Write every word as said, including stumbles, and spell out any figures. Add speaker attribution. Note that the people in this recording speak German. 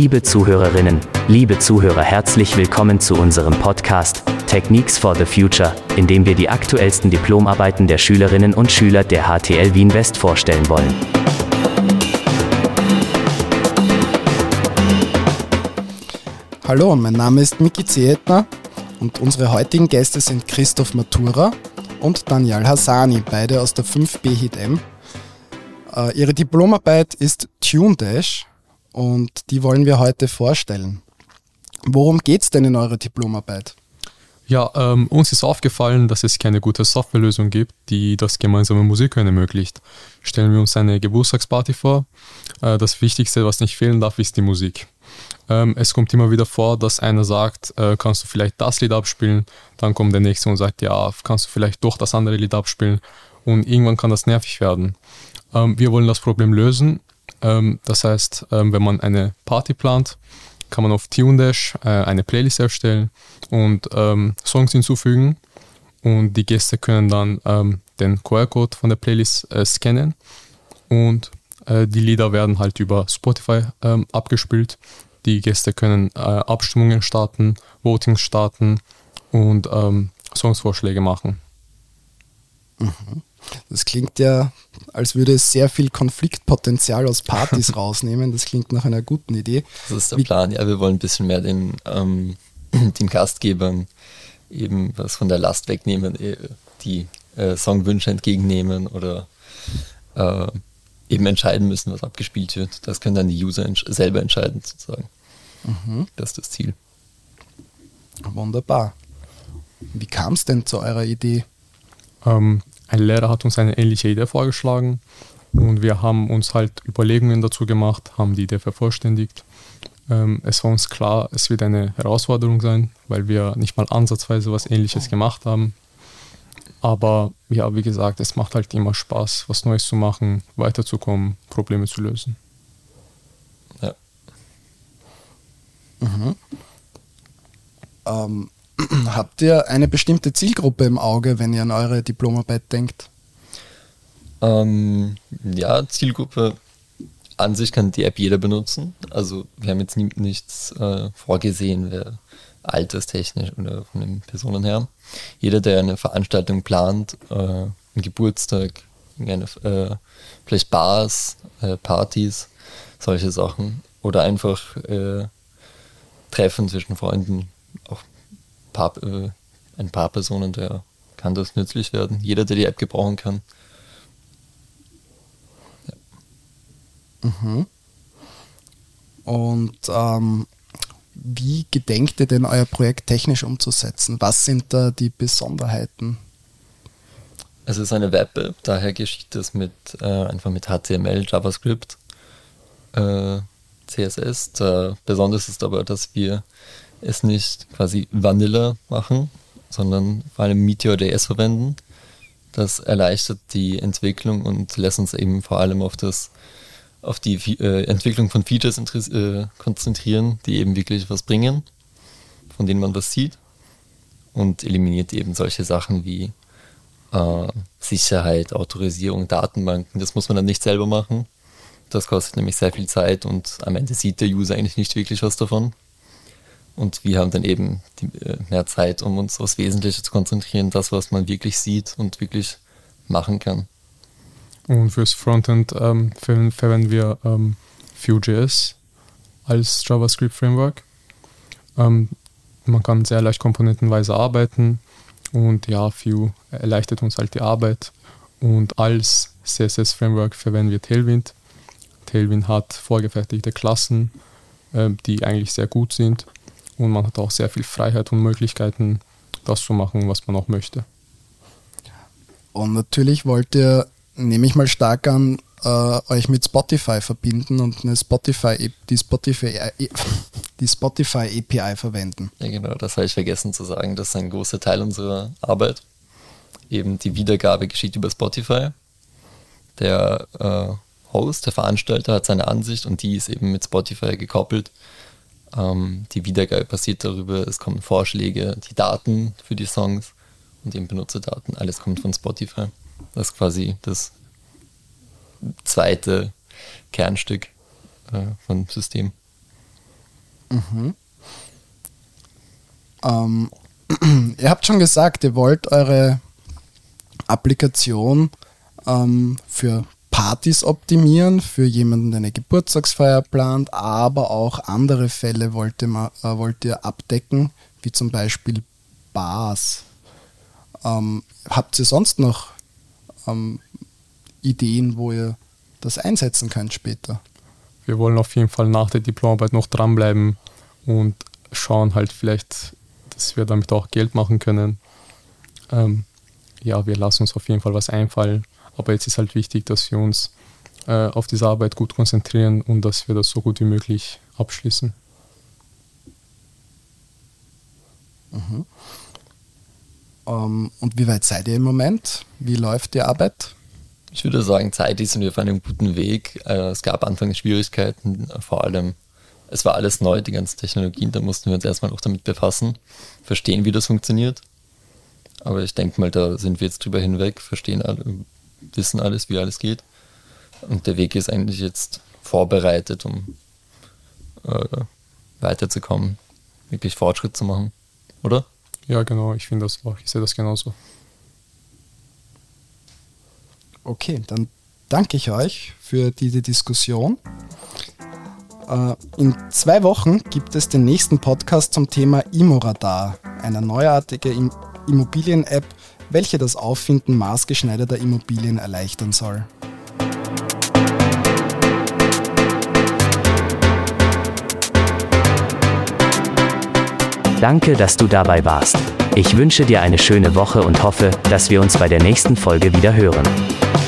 Speaker 1: Liebe Zuhörerinnen, liebe Zuhörer, herzlich willkommen zu unserem Podcast Techniques for the Future, in dem wir die aktuellsten Diplomarbeiten der Schülerinnen und Schüler der H T L Wien West vorstellen wollen.
Speaker 2: Hallo, mein Name ist Miki Zehetner und unsere heutigen Gäste sind Christoph Matura und Daniel Hassani, beide aus der fünf B H I T M. Äh, ihre Diplomarbeit ist Tune Dash und die wollen wir heute vorstellen. Worum geht es denn in eurer Diplomarbeit?
Speaker 3: Ja, ähm, uns ist aufgefallen, dass es keine gute Softwarelösung gibt, die das gemeinsame Musikhören ermöglicht. Stellen wir uns eine Geburtstagsparty vor. Äh, das Wichtigste, was nicht fehlen darf, ist die Musik. Ähm, es kommt immer wieder vor, dass einer sagt, äh, kannst du vielleicht das Lied abspielen? Dann kommt der Nächste und sagt, ja, kannst du vielleicht doch das andere Lied abspielen? Und irgendwann kann das nervig werden. Ähm, wir wollen das Problem lösen. Ähm, das heißt, ähm, wenn man eine Party plant, kann man auf Tune Dash äh, eine Playlist erstellen und ähm, Songs hinzufügen. Und die Gäste können dann ähm, den Q R-Code von der Playlist äh, scannen. Und äh, die Lieder werden halt über Spotify ähm, abgespielt. Die Gäste können äh, Abstimmungen starten, Votings starten und ähm, Songsvorschläge machen.
Speaker 2: Mhm. Das klingt ja, als würde es sehr viel Konfliktpotenzial aus Partys rausnehmen. Das klingt nach einer guten Idee.
Speaker 4: Das ist der Wie Plan, ja. Wir wollen ein bisschen mehr den, ähm, den Gastgebern eben was von der Last wegnehmen, die äh, Songwünsche entgegennehmen oder äh, eben entscheiden müssen, was abgespielt wird. Das können dann die User entsch- selber entscheiden, sozusagen. Mhm. Das ist das Ziel.
Speaker 2: Wunderbar. Wie kam es denn zu eurer Idee?
Speaker 3: Ähm, ein Lehrer hat uns eine ähnliche Idee vorgeschlagen und wir haben uns halt Überlegungen dazu gemacht, haben die Idee vervollständigt. Ähm, es war uns klar, es wird eine Herausforderung sein, weil wir nicht mal ansatzweise was Ähnliches gemacht haben. Aber ja, wie gesagt, es macht halt immer Spaß, was Neues zu machen, weiterzukommen, Probleme zu lösen.
Speaker 4: Ja.
Speaker 2: Mhm. Ähm, habt ihr eine bestimmte Zielgruppe im Auge, wenn ihr an eure Diplomarbeit denkt?
Speaker 4: Ähm, ja, Zielgruppe an sich kann die App jeder benutzen. Also wir haben jetzt nie, nichts äh, vorgesehen, wer alterstechnisch oder von den Personen her. Jeder, der eine Veranstaltung plant, äh, einen Geburtstag, eine, äh, vielleicht Bars, äh, Partys, solche Sachen. Oder einfach äh, Treffen zwischen Freunden, auch paar, äh, ein paar Personen, der kann das nützlich werden. Jeder, der die App gebrauchen kann.
Speaker 2: Ja. Mhm. Und ähm, wie gedenkt ihr denn euer Projekt technisch umzusetzen? Was sind da die Besonderheiten?
Speaker 4: Es ist eine Web-App, daher geschieht das mit, äh, einfach mit H T M L, JavaScript, äh, C S S. Da, besonders ist aber, dass wir es nicht quasi Vanilla machen, sondern vor allem Meteor Punkt J S verwenden. Das erleichtert die Entwicklung und lässt uns eben vor allem auf das auf die äh, Entwicklung von Features interess- äh, konzentrieren, die eben wirklich was bringen, von denen man was sieht, und eliminiert eben solche Sachen wie äh, Sicherheit, Autorisierung, Datenbanken. Das muss man dann nicht selber machen. Das kostet nämlich sehr viel Zeit und am Ende sieht der User eigentlich nicht wirklich was davon. Und wir haben dann eben die, äh, mehr Zeit, um uns aufs Wesentliche zu konzentrieren, das, was man wirklich sieht und wirklich machen kann.
Speaker 3: Und fürs Frontend ähm, ver- verwenden wir ähm, Vue.js als JavaScript-Framework. Ähm, man kann sehr leicht komponentenweise arbeiten und ja, Vue erleichtert uns halt die Arbeit. Und als C S S-Framework verwenden wir Tailwind. Tailwind hat vorgefertigte Klassen, äh, die eigentlich sehr gut sind. Und man hat auch sehr viel Freiheit und Möglichkeiten, das zu machen, was man auch möchte.
Speaker 2: Und natürlich wollt ihr, nehme ich mal stark an, äh, euch mit Spotify verbinden und eine Spotify, die Spotify, die Spotify A P I verwenden.
Speaker 4: Ja, genau, das habe ich vergessen zu sagen. Das ist ein großer Teil unserer Arbeit. Eben die Wiedergabe geschieht über Spotify. Der äh, Host, der Veranstalter, hat seine Ansicht und die ist eben mit Spotify gekoppelt. Ähm, die Wiedergabe passiert darüber, es kommen Vorschläge, die Daten für die Songs und eben Benutzerdaten. Alles kommt von Spotify. Das ist quasi das zweite Kernstück äh, von System.
Speaker 2: Mhm. Ähm, ihr habt schon gesagt, ihr wollt eure Applikation ähm, für Partys optimieren, für jemanden, der eine Geburtstagsfeier plant, aber auch andere Fälle wollt ihr, mal, äh, wollt ihr abdecken, wie zum Beispiel Bars. Ähm, habt ihr sonst noch ähm, Ideen, wo ihr das einsetzen könnt später?
Speaker 3: Wir wollen auf jeden Fall nach der Diplomarbeit noch dranbleiben und schauen halt vielleicht, dass wir damit auch Geld machen können. Ähm, ja, wir lassen uns auf jeden Fall was einfallen. Aber jetzt ist halt wichtig, dass wir uns äh, auf diese Arbeit gut konzentrieren und dass wir das so gut wie möglich abschließen.
Speaker 2: Mhm. Um, und wie weit seid ihr im Moment? Wie läuft die Arbeit?
Speaker 4: Ich würde sagen, zeitlich sind wir auf einem guten Weg. Äh, es gab anfangs Schwierigkeiten, vor allem, es war alles neu, die ganzen Technologien, da mussten wir uns erstmal auch damit befassen, verstehen, wie das funktioniert. Aber ich denke mal, da sind wir jetzt drüber hinweg, verstehen alle, wissen alles, wie alles geht. Und der Weg ist eigentlich jetzt vorbereitet, um äh, weiterzukommen, wirklich Fortschritt zu machen, oder?
Speaker 3: Ja, genau, ich finde das auch, ich sehe das genauso.
Speaker 2: Okay, dann danke ich euch für diese Diskussion. Äh, in zwei Wochen gibt es den nächsten Podcast zum Thema Immoradar, eine neuartige Im- Immobilien-App, welche das Auffinden maßgeschneiderter Immobilien erleichtern soll.
Speaker 1: Danke, dass du dabei warst. Ich wünsche dir eine schöne Woche und hoffe, dass wir uns bei der nächsten Folge wieder hören.